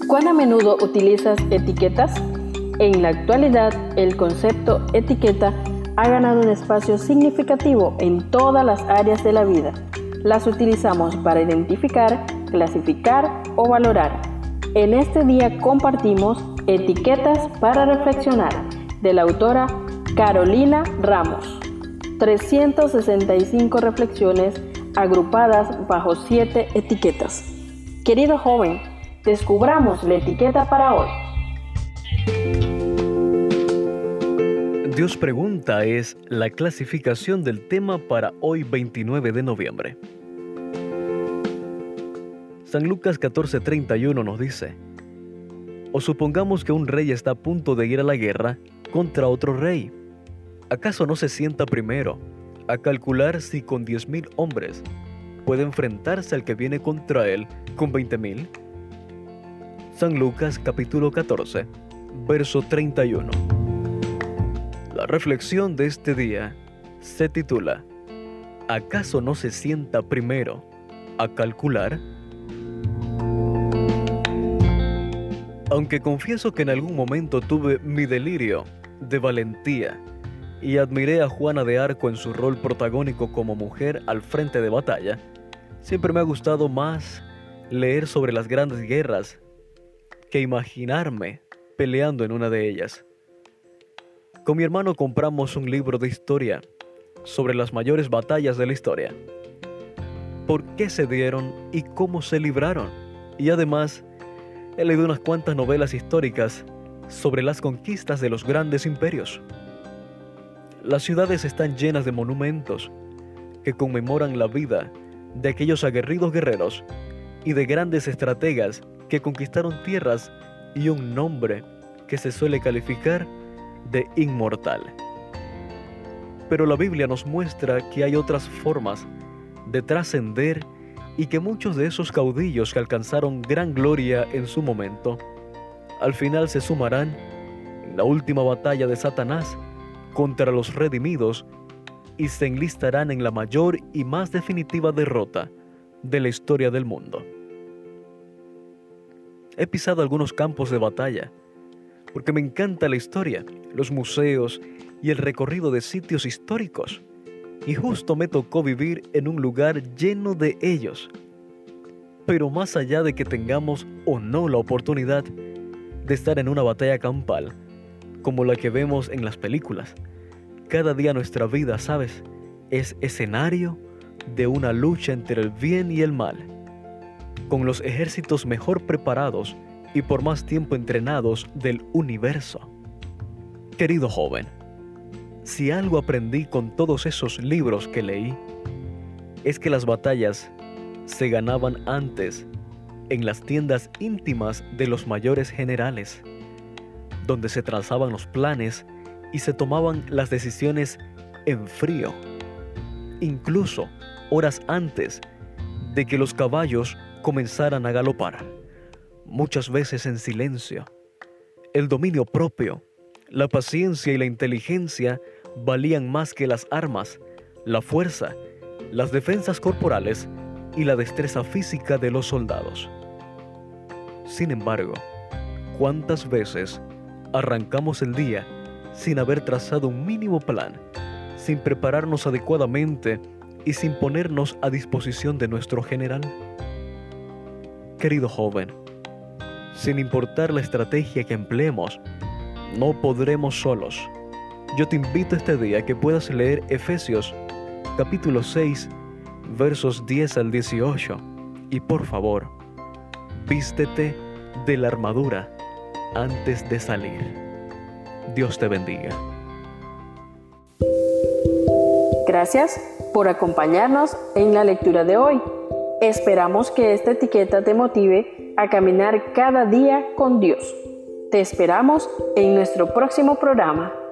¿Cuán a menudo utilizas etiquetas? En la actualidad, el concepto etiqueta ha ganado un espacio significativo en todas las áreas de la vida. Las utilizamos para identificar, clasificar o valorar. En este día compartimos Etiquetas para reflexionar, de la autora Carolina Ramos. 365 reflexiones agrupadas bajo 7 etiquetas. Querido joven, descubramos la etiqueta para hoy. Dios pregunta es la clasificación del tema para hoy 29 de noviembre. San Lucas 14:31 nos dice: o supongamos que un rey está a punto de ir a la guerra contra otro rey. ¿Acaso no se sienta primero a calcular si con 10,000 hombres puede enfrentarse al que viene contra él con 20,000? San Lucas capítulo 14, verso 31. La reflexión de este día se titula: ¿acaso no se sienta primero a calcular? Aunque confieso que en algún momento tuve mi delirio de valentía y admiré a Juana de Arco en su rol protagónico como mujer al frente de batalla, siempre me ha gustado más leer sobre las grandes guerras que imaginarme peleando en una de ellas. Con mi hermano compramos un libro de historia sobre las mayores batallas de la historia, por qué se dieron y cómo se libraron, y además he leído unas cuantas novelas históricas sobre las conquistas de los grandes imperios. Las ciudades están llenas de monumentos que conmemoran la vida de aquellos aguerridos guerreros y de grandes estrategas que conquistaron tierras y un nombre que se suele calificar de inmortal. Pero la Biblia nos muestra que hay otras formas de trascender y que muchos de esos caudillos que alcanzaron gran gloria en su momento, al final se sumarán en la última batalla de Satanás contra los redimidos y se enlistarán en la mayor y más definitiva derrota de la historia del mundo. He pisado algunos campos de batalla porque me encanta la historia, los museos y el recorrido de sitios históricos. Y justo me tocó vivir en un lugar lleno de ellos. Pero más allá de que tengamos o no la oportunidad de estar en una batalla campal, como la que vemos en las películas, cada día nuestra vida, ¿sabes?, es escenario de una lucha entre el bien y el mal, con los ejércitos mejor preparados y por más tiempo entrenados del universo. Querido joven, si algo aprendí con todos esos libros que leí, es que las batallas se ganaban antes en las tiendas íntimas de los mayores generales, donde se trazaban los planes y se tomaban las decisiones en frío, incluso horas antes de que los caballos comenzaran a galopar, muchas veces en silencio. El dominio propio, la paciencia y la inteligencia valían más que las armas, la fuerza, las defensas corporales y la destreza física de los soldados. Sin embargo, ¿cuántas veces arrancamos el día sin haber trazado un mínimo plan, sin prepararnos adecuadamente y sin ponernos a disposición de nuestro general? Querido joven, sin importar la estrategia que empleemos, no podremos solos. Yo te invito este día a que puedas leer Efesios capítulo 6, versos 10 al 18, y por favor, vístete de la armadura antes de salir. Dios te bendiga. Gracias por acompañarnos en la lectura de hoy. Esperamos que esta etiqueta te motive a caminar cada día con Dios. Te esperamos en nuestro próximo programa.